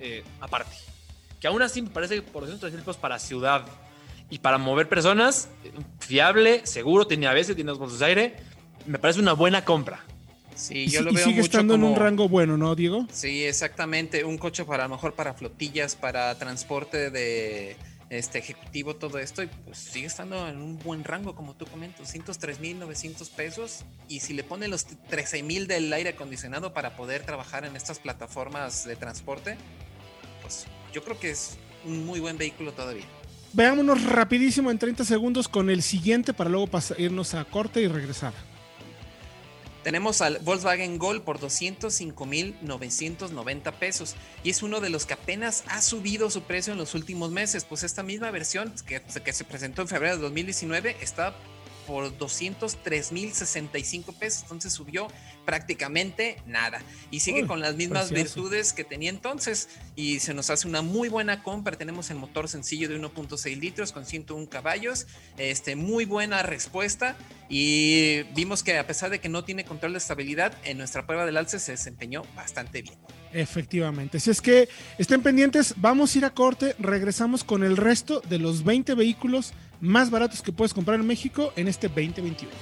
Speaker 4: eh, aparte. Que aún así me parece que por doscientos tres mil pesos para ciudad y para mover personas, fiable, seguro, tiene A B S, tiene dos bolsas de aire, me parece una buena compra.
Speaker 3: Sí,
Speaker 2: Y,
Speaker 3: yo
Speaker 2: si-
Speaker 3: lo
Speaker 2: y
Speaker 3: veo
Speaker 2: sigue
Speaker 3: mucho
Speaker 2: estando
Speaker 3: como...
Speaker 2: en un rango bueno, ¿no, Diego?
Speaker 3: Sí, exactamente. Un coche para a lo mejor para flotillas, para transporte de este ejecutivo, todo esto, y pues sigue estando en un buen rango, como tú comentas, doscientos tres mil novecientos pesos. Y si le ponen los trece mil del aire acondicionado para poder trabajar en estas plataformas de transporte, pues yo creo que es un muy buen vehículo todavía.
Speaker 2: Veámonos rapidísimo en treinta segundos con el siguiente para luego pas- irnos a corte y regresar.
Speaker 3: Tenemos al Volkswagen Gol por doscientos cinco mil novecientos noventa pesos y es uno de los que apenas ha subido su precio en los últimos meses. Pues esta misma versión que, que se presentó en febrero de dos mil diecinueve está por doscientos tres mil sesenta y cinco pesos, entonces subió prácticamente nada y sigue
Speaker 2: Uy,
Speaker 3: con las mismas
Speaker 2: precioso.
Speaker 3: virtudes que tenía entonces y se nos hace una muy buena compra. Tenemos el motor sencillo de uno punto seis litros con ciento uno caballos, este, muy buena respuesta y vimos que a pesar de que no tiene control de estabilidad, en nuestra prueba del alce se desempeñó bastante bien.
Speaker 2: Efectivamente. Si es que estén pendientes, vamos a ir a corte, regresamos con el resto de los veinte vehículos más baratos que puedes comprar en México en este veinte veintiuno.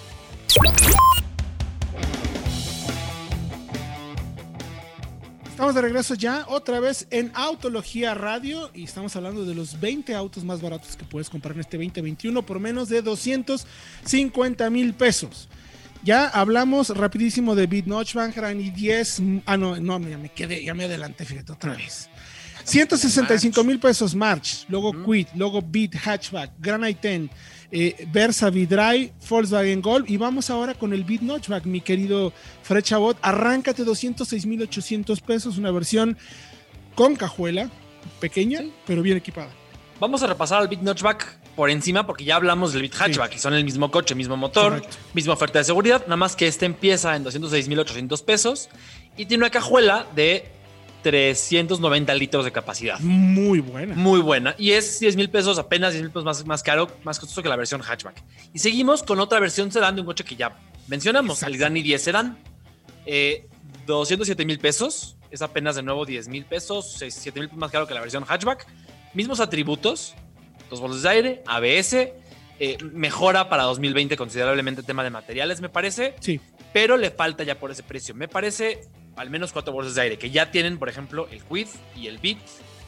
Speaker 2: Estamos de regreso ya otra vez en Autología Radio y estamos hablando de los veinte autos más baratos que puedes comprar en este veinte veintiuno por menos de doscientos cincuenta mil pesos. Ya hablamos rapidísimo de Beat Notchbank, Rani diez. Ah, no, no, ya me quedé, ya me adelanté, fíjate, otra vez. ciento sesenta y cinco mil pesos March, luego
Speaker 3: Mm.
Speaker 2: Quid, luego Beat Hatchback, Granite diez, eh, Versa V-Drive, Volkswagen Golf y vamos ahora con el Beat Notchback, mi querido Fred Chabot. Arráncate doscientos seis mil ochocientos pesos, una versión con cajuela, pequeña,
Speaker 4: Sí.
Speaker 2: pero bien equipada.
Speaker 4: Vamos a repasar al Beat Notchback por encima porque ya hablamos del Beat Hatchback y son el mismo coche, mismo motor,
Speaker 2: Correcto.
Speaker 4: misma oferta de seguridad, nada más que este empieza en doscientos seis mil ochocientos pesos y tiene una cajuela de trescientos noventa litros de capacidad.
Speaker 2: Muy buena.
Speaker 4: Muy buena. Y es diez mil pesos, apenas diez mil pesos más, más caro, más costoso que la versión hatchback. Y seguimos con otra versión sedán de un coche que ya mencionamos,
Speaker 2: Exacto.
Speaker 4: el Granny diez sedán. Eh, doscientos siete mil pesos, es apenas de nuevo diez mil pesos, siete mil pesos más caro que la versión hatchback. Mismos atributos, dos bolsas de aire, A B S, eh, mejora para dos mil veinte considerablemente el tema de materiales, me parece.
Speaker 2: Sí.
Speaker 4: Pero le falta ya por ese precio. Me parece al menos cuatro bolsas de aire, que ya tienen, por ejemplo, el Quid y el Beat.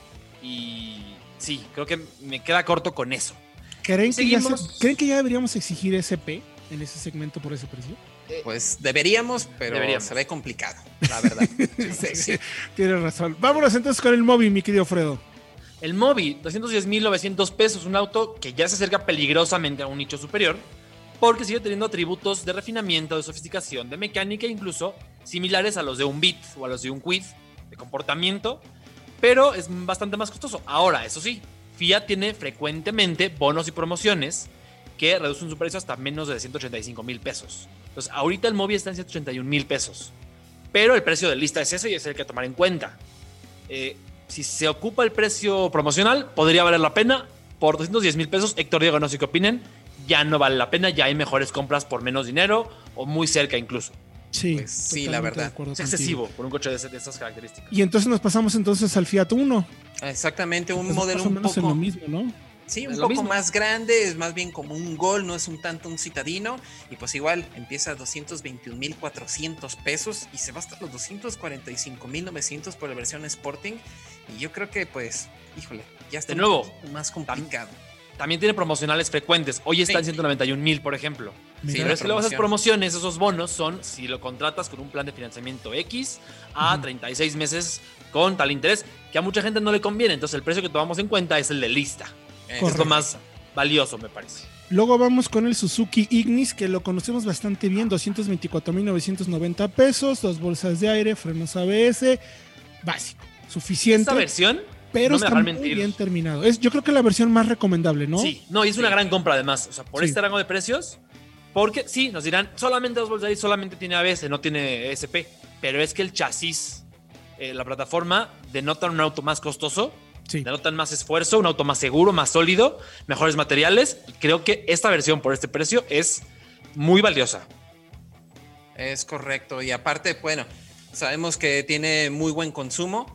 Speaker 4: Y sí, creo que me queda corto con eso.
Speaker 2: ¿Creen que, ya se-
Speaker 4: Seguimos.
Speaker 2: ¿Creen que ya deberíamos exigir S P en ese segmento por ese precio?
Speaker 3: Pues deberíamos, pero
Speaker 4: Deberíamos.
Speaker 3: se ve complicado, la verdad. Sí.
Speaker 2: Tienes razón. Vámonos entonces con el móvil, mi querido Fredo.
Speaker 4: El Mobi, doscientos diez mil novecientos pesos, un auto que ya se acerca peligrosamente a un nicho superior, porque sigue teniendo atributos de refinamiento, de sofisticación, de mecánica, incluso similares a los de un Beat o a los de un Quid, de comportamiento, pero es bastante más costoso. Ahora, eso sí, Fiat tiene frecuentemente bonos y promociones que reducen su precio hasta menos de ciento ochenta y cinco mil pesos. Entonces, ahorita el Mobi está en ciento ochenta y un mil pesos, pero el precio de lista es ese y es el que hay que tomar en cuenta. Eh, si se ocupa el precio promocional, podría valer la pena. Por doscientos diez mil pesos, Héctor, Diego, no sé qué opinen, ya no vale la pena, ya hay mejores compras por menos dinero o muy cerca incluso.
Speaker 2: Sí,
Speaker 3: Pues sí, la
Speaker 2: totalmente
Speaker 3: verdad.
Speaker 2: de acuerdo
Speaker 4: Es
Speaker 2: contigo.
Speaker 4: excesivo por un coche de, ese- de esas características.
Speaker 2: Y entonces nos pasamos entonces al Fiat Uno.
Speaker 3: Exactamente, un
Speaker 2: Es
Speaker 3: modelo
Speaker 2: más o
Speaker 3: un
Speaker 2: menos en
Speaker 3: poco...
Speaker 2: lo mismo, ¿no?
Speaker 3: Sí, un
Speaker 4: Es lo
Speaker 3: poco
Speaker 4: mismo.
Speaker 3: más grande, es más bien como un Gol, no es un tanto un citadino. Y pues igual empieza a doscientos veintiún mil cuatrocientos pesos y se va hasta los doscientos cuarenta y cinco mil novecientos por la versión Sporting. Y yo creo que pues, híjole, ya está
Speaker 4: De
Speaker 3: un
Speaker 4: nuevo,
Speaker 3: poquito más complicado.
Speaker 4: También tiene promocionales frecuentes. Hoy está
Speaker 3: Sí.
Speaker 4: en ciento noventa y un mil, por ejemplo.
Speaker 2: Mira,
Speaker 4: Pero
Speaker 3: la
Speaker 4: es que luego esas
Speaker 3: promoción.
Speaker 4: promociones, esos bonos son si lo contratas con un plan de financiamiento X a
Speaker 2: Ujú.
Speaker 4: treinta y seis meses con tal interés, que a mucha gente no le conviene. Entonces el precio que tomamos en cuenta es el de lista.
Speaker 3: Eh,
Speaker 4: Es
Speaker 2: Correcto.
Speaker 4: lo más valioso, me parece.
Speaker 2: Luego vamos con el Suzuki Ignis, que lo conocemos bastante bien, doscientos veinticuatro mil novecientos noventa pesos, dos bolsas de aire, frenos A B S, básico, suficiente,
Speaker 4: Esta versión,
Speaker 2: pero
Speaker 4: no me
Speaker 2: está
Speaker 4: dejarán
Speaker 2: muy
Speaker 4: mentir.
Speaker 2: bien terminado. Es, yo creo que la versión más recomendable, ¿no?
Speaker 4: sí, no, y es una gran compra además. O sea, por
Speaker 2: Sí.
Speaker 4: este rango de precios, porque sí, nos dirán, solamente dos bolsas de aire, solamente tiene A B S, no tiene E S P. Pero es que el chasis, eh, la plataforma, denotan un auto más costoso.
Speaker 2: Sí.
Speaker 4: Denotan más esfuerzo, un auto más seguro, más sólido, mejores materiales. Y creo que esta versión por este precio es muy valiosa.
Speaker 3: Es correcto. Y aparte, bueno, sabemos que tiene muy buen consumo.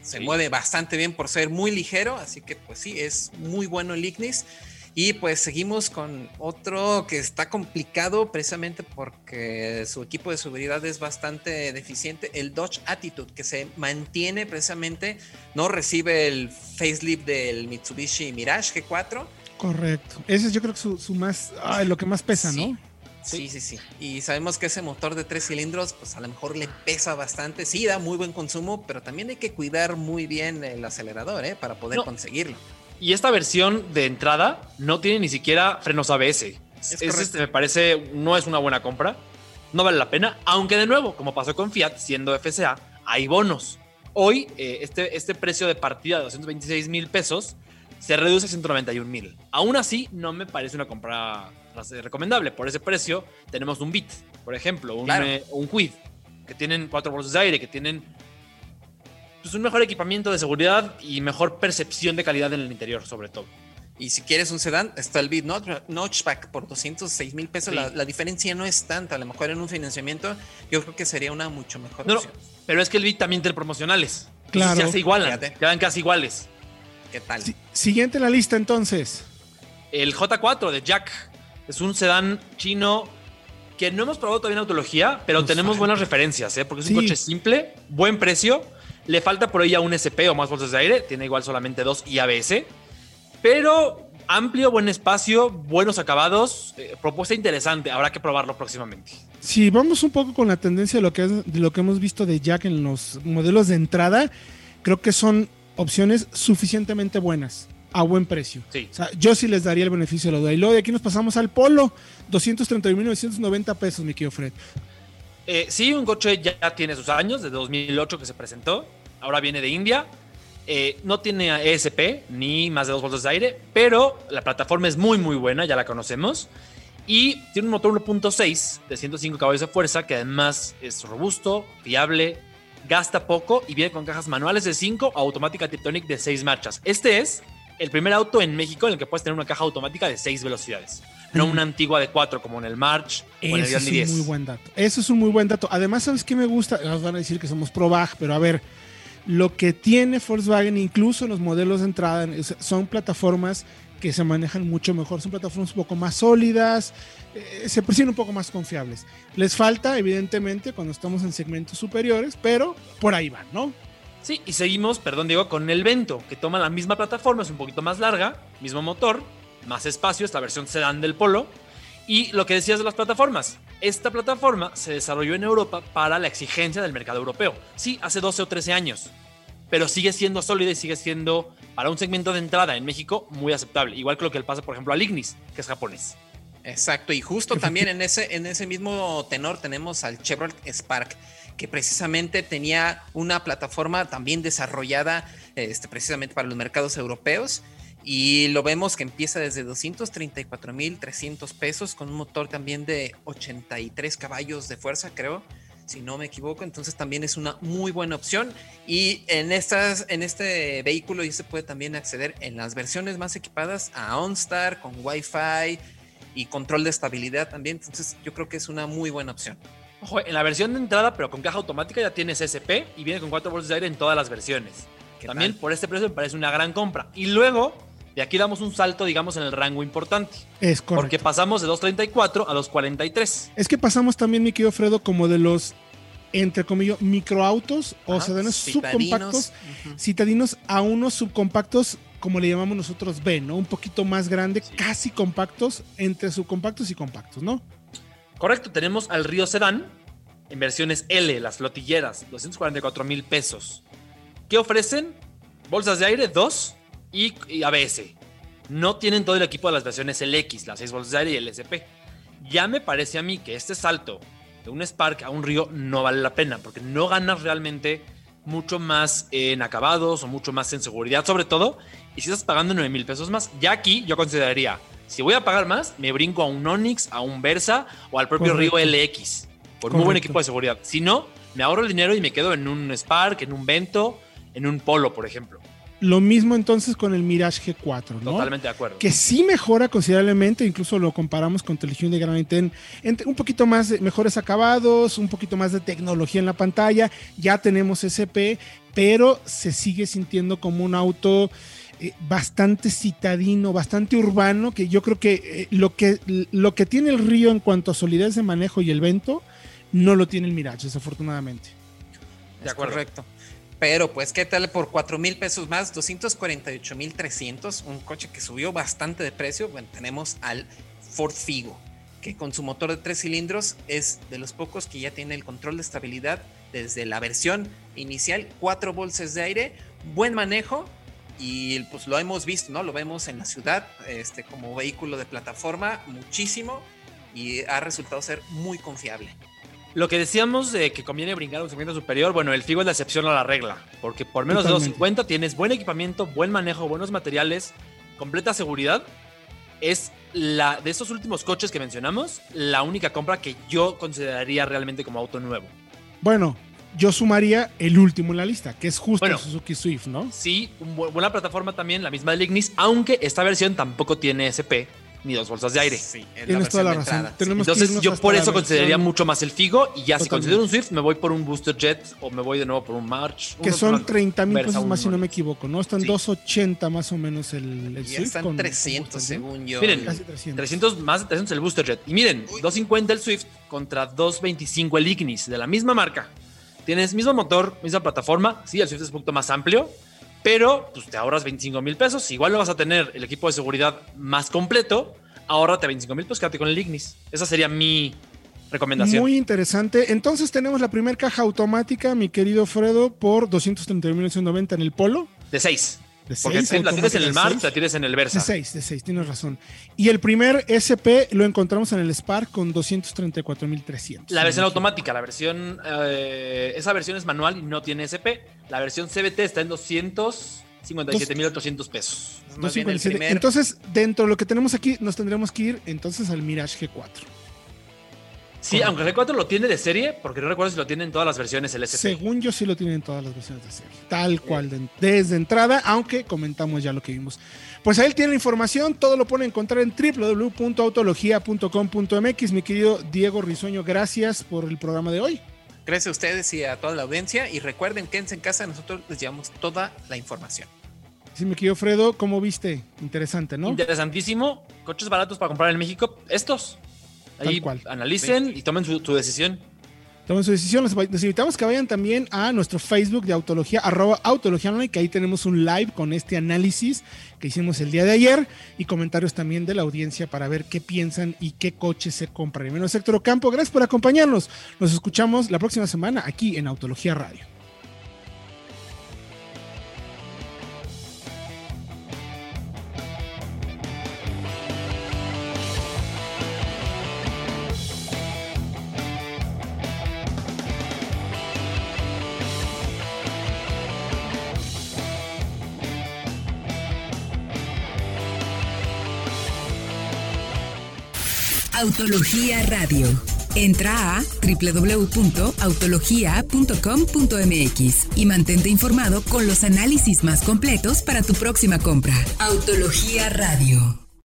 Speaker 3: se
Speaker 4: Sí.
Speaker 3: mueve bastante bien por ser muy ligero, así que pues sí, es muy bueno el Ignis. Y pues seguimos con otro que está complicado precisamente porque su equipo de seguridad es bastante deficiente, el Dodge Attitude, que se mantiene precisamente, no recibe el facelift del Mitsubishi Mirage G cuatro.
Speaker 2: Correcto. Ese es yo creo que su, su más, ay, lo que más pesa,
Speaker 3: Sí.
Speaker 2: ¿no?
Speaker 3: Sí, sí, sí. Y sabemos que ese motor de tres cilindros, pues a lo mejor le pesa bastante. Sí, da muy buen consumo, pero también hay que cuidar muy bien el acelerador, ¿eh? Para poder
Speaker 4: No.
Speaker 3: conseguirlo.
Speaker 4: Y esta versión de entrada no tiene ni siquiera frenos A B S.
Speaker 3: Es
Speaker 4: Es
Speaker 3: correcto.
Speaker 4: este, me parece, no es una buena compra. No vale la pena. Aunque de nuevo, como pasó con Fiat, siendo F C A, hay bonos. Hoy, eh, este, este precio de partida de doscientos veintiséis mil pesos se reduce a ciento noventa y un mil. Aún así, no me parece una compra recomendable. Por ese precio, tenemos un Beat, por ejemplo, un,
Speaker 3: Claro.
Speaker 4: eh, un Quid, que tienen cuatro bolsas de aire, que tienen pues, un mejor equipamiento de seguridad y mejor percepción de calidad en el interior, sobre todo.
Speaker 3: Y si quieres un sedán, está el Beat Notch- Notchback por doscientos seis mil pesos.
Speaker 4: Sí.
Speaker 3: La, la diferencia no es tanta. A lo mejor en un financiamiento, yo creo que sería una mucho mejor
Speaker 4: No, no,
Speaker 3: opción.
Speaker 4: pero es que el Beat también tiene promocionales. Entonces
Speaker 2: Claro.
Speaker 4: ya se igualan,
Speaker 3: Fíjate.
Speaker 4: quedan casi iguales.
Speaker 3: ¿Qué tal?
Speaker 2: Si- siguiente en la lista, entonces.
Speaker 4: El J cuatro de Jack es un sedán chino que no hemos probado todavía en autología, pero
Speaker 2: Nos
Speaker 4: tenemos
Speaker 2: falta.
Speaker 4: buenas referencias, ¿eh? Porque es un
Speaker 2: Sí.
Speaker 4: coche simple, buen precio. Le falta por ahí a un S P o más bolsas de aire. Tiene igual solamente dos y A B S. Pero amplio, buen espacio, buenos acabados. eh, propuesta interesante. Habrá que probarlo próximamente.
Speaker 2: Si vamos un poco con la tendencia de lo que, es- de lo que hemos visto de Jack en los modelos de entrada, creo que son opciones suficientemente buenas, a buen precio.
Speaker 4: Sí.
Speaker 2: O sea, yo sí les daría el beneficio de la duda. Y luego de aquí nos pasamos al Polo, doscientos treinta y un mil novecientos noventa pesos, mi querido Fred.
Speaker 4: Eh, sí, un coche ya tiene sus años, de dos mil ocho que se presentó. Ahora viene de India. Eh, no tiene E S P ni más de dos bolsas de aire, pero la plataforma es muy, muy buena, ya la conocemos. Y tiene un motor uno punto seis de ciento cinco caballos de fuerza, que además es robusto, fiable, gasta poco y viene con cajas manuales de cinco, automática Tiptronic de seis marchas. Este es el primer auto en México en el que puedes tener una caja automática de seis velocidades. No
Speaker 2: Mm.
Speaker 4: una antigua de cuatro como en el March o en el
Speaker 2: Eso es
Speaker 4: Grandi
Speaker 2: un
Speaker 4: diez.
Speaker 2: muy buen dato. Eso es un muy buen dato. Además, ¿sabes qué me gusta? Nos van a decir que somos pro B A G, pero a ver, lo que tiene Volkswagen, incluso los modelos de entrada, es- son plataformas que se manejan mucho mejor, son plataformas un poco más sólidas, eh, se perciben un poco más confiables. Les falta, evidentemente, cuando estamos en segmentos superiores, pero por ahí van, ¿no?
Speaker 4: Sí, y seguimos, perdón, Diego, con el Vento, que toma la misma plataforma, es un poquito más larga, mismo motor, más espacio, es la versión sedán del Polo. Y lo que decías de las plataformas, esta plataforma se desarrolló en Europa para la exigencia del mercado europeo. Sí, hace doce o trece años, pero sigue siendo sólida y sigue siendo, para un segmento de entrada en México, muy aceptable. Igual que lo que le pasa, por ejemplo, al Ignis, que es japonés.
Speaker 3: Exacto, y justo también en ese, en ese mismo tenor tenemos al Chevrolet Spark, que precisamente tenía una plataforma también desarrollada este, precisamente para los mercados europeos. Y lo vemos que empieza desde doscientos treinta y cuatro mil trescientos pesos con un motor también de ochenta y tres caballos de fuerza, creo, si no me equivoco. Entonces también es una muy buena opción. Y en, estas, en este vehículo ya se puede también acceder en las versiones más equipadas a OnStar con Wi-Fi y control de estabilidad también. Entonces yo creo que es una muy buena opción.
Speaker 4: Ojo, en la versión de entrada, pero con caja automática, ya tienes S P y viene con cuatro bolsas de aire en todas las versiones.
Speaker 3: ¿Qué
Speaker 4: También
Speaker 3: tal?
Speaker 4: por este precio me parece una gran compra. Y luego, de aquí damos un salto, digamos, en el rango importante.
Speaker 2: Es correcto.
Speaker 4: Porque pasamos de doscientos treinta y cuatro a doscientos cuarenta y tres.
Speaker 2: Es que pasamos también, mi querido Fredo, como de los, entre comillas, microautos o
Speaker 3: Ajá,
Speaker 2: sedanes
Speaker 3: citadinos.
Speaker 2: subcompactos,
Speaker 3: Ujú.
Speaker 2: citadinos a unos subcompactos, como le llamamos nosotros B, ¿no? Un poquito más grande,
Speaker 4: Sí.
Speaker 2: casi compactos, entre subcompactos y compactos, ¿no?
Speaker 4: Correcto, tenemos al Río Sedán en versiones L, las flotilleras, doscientos cuarenta y cuatro mil pesos. ¿Qué ofrecen? Bolsas de aire, dos y, y A B S. No tienen todo el equipo de las versiones L X, las seis bolsas de aire y el S P. Ya me parece a mí que este salto de un Spark a un Río no vale la pena, porque no ganas realmente mucho más en acabados o mucho más en seguridad, sobre todo, y si estás pagando nueve mil pesos más. Ya aquí yo consideraría, si voy a pagar más, me brinco a un Onix, a un Versa o al propio
Speaker 2: Correcto.
Speaker 4: Río L X, por muy buen
Speaker 2: Correcto.
Speaker 4: equipo de seguridad. Si no, me ahorro el dinero y me quedo en un Spark, en un Vento, en un Polo, por ejemplo.
Speaker 2: Lo mismo entonces con el Mirage G cuatro, ¿no?
Speaker 4: Totalmente de acuerdo.
Speaker 2: Que sí mejora considerablemente, incluso lo comparamos con el Hyundai Grand i diez, entre un poquito más de mejores acabados, un poquito más de tecnología en la pantalla, ya tenemos S P pero se sigue sintiendo como un auto eh, bastante citadino, bastante urbano, que yo creo que, eh, lo que lo que tiene el Rio en cuanto a solidez de manejo y el Vento, no lo tiene el Mirage, desafortunadamente.
Speaker 3: De acuerdo. Correcto. Pero pues, ¿qué tal por cuatro mil pesos más? doscientos cuarenta y ocho mil trescientos, un coche que subió bastante de precio. Bueno, tenemos al Ford Figo, que con su motor de tres cilindros es de los pocos que ya tiene el control de estabilidad desde la versión inicial, cuatro bolsas de aire, buen manejo, y pues lo hemos visto, ¿no? Lo vemos en la ciudad, este, como vehículo de plataforma muchísimo, y ha resultado ser muy confiable.
Speaker 4: Lo que decíamos de que conviene brincar a un segmento superior, bueno, el Figo es la excepción a la regla, porque por menos Totalmente. de doscientos cincuenta tienes buen equipamiento, buen manejo, buenos materiales, completa seguridad. Es la de esos últimos coches que mencionamos, la única compra que yo consideraría realmente como auto nuevo.
Speaker 2: Bueno, yo sumaría el último en la lista, que es justo
Speaker 4: bueno,
Speaker 2: el Suzuki Swift, ¿no?
Speaker 4: Sí, un bu- buena plataforma también, la misma del Ignis, aunque esta versión tampoco tiene S P ni dos bolsas de aire.
Speaker 3: Sí,
Speaker 2: tienes toda la razón. Tenemos
Speaker 4: Entonces yo por eso consideraría
Speaker 2: versión...
Speaker 4: mucho más el Figo, y ya Totalmente. Si considero un Swift me voy por un Booster Jet o me voy de nuevo por un March.
Speaker 2: Que son treinta mil pesos más si no me equivoco, ¿no? Están sí. doscientos ochenta más o menos el, el
Speaker 3: ya
Speaker 2: Swift.
Speaker 3: Están
Speaker 2: con,
Speaker 3: trescientos
Speaker 2: con
Speaker 3: según yo.
Speaker 4: Miren, casi trescientos. trescientos más de trescientos el Booster Jet. Y miren, Uy. doscientos cincuenta el Swift contra doscientos veinticinco el Ignis, de la misma marca. Tienes mismo motor, misma plataforma. Sí, el Swift es un poquito más amplio, pero pues te ahorras veinticinco mil pesos. Igual lo vas a tener el equipo de seguridad más completo. Ahórrate veinticinco mil, pues quédate con el Ignis. Esa sería mi recomendación.
Speaker 2: Muy interesante. Entonces tenemos la primera caja automática, mi querido Fredo, por doscientos treinta y uno mil novecientos noventa en el Polo.
Speaker 4: De seis.
Speaker 2: De
Speaker 4: Porque
Speaker 2: seis,
Speaker 4: la tienes en el March, la tienes en el Versa.
Speaker 2: De seis, de seis, tienes razón. Y el primer S P lo encontramos en el Spark con doscientos treinta y cuatro mil trescientos.
Speaker 4: La versión automática, la versión... Eh, esa versión es manual y no tiene S P. La versión C V T está en doscientos cincuenta y siete mil ochocientos pesos.
Speaker 3: Más bien el primer...
Speaker 2: Entonces, dentro de lo que tenemos aquí, nos tendremos que ir entonces al Mirage G cuatro.
Speaker 4: Sí, Correcto. Aunque el G cuatro lo tiene de serie, porque no recuerdo si lo tiene en todas las versiones el S P.
Speaker 2: Según yo sí lo tienen en todas las versiones de serie. Tal cual, de, desde entrada, aunque comentamos ya lo que vimos. Pues ahí tiene la información, todo lo pueden encontrar en doble u doble u doble u punto autología punto com punto m x. Mi querido Diego Risueño, gracias por el programa de hoy.
Speaker 3: Gracias a ustedes y a toda la audiencia. Y recuerden, quédense en casa, nosotros les llevamos toda la información.
Speaker 2: Sí, mi querido Fredo, ¿cómo viste? Interesante, ¿no?
Speaker 4: Interesantísimo. Coches baratos para comprar en México, estos. Ahí Tal cual. Analicen sí. y tomen su, su decisión.
Speaker 2: Tomen su decisión. Les, les invitamos que vayan también a nuestro Facebook de Autología, arroba Autología Online, que ahí tenemos un live con este análisis que hicimos el día de ayer y comentarios también de la audiencia para ver qué piensan y qué coches se compran. Menos Héctor Ocampo, gracias por acompañarnos. Nos escuchamos la próxima semana aquí en Autología Radio.
Speaker 1: Autología Radio. Entra a doble u doble u doble u punto autología punto com punto m x y mantente informado con los análisis más completos para tu próxima compra. Autología Radio.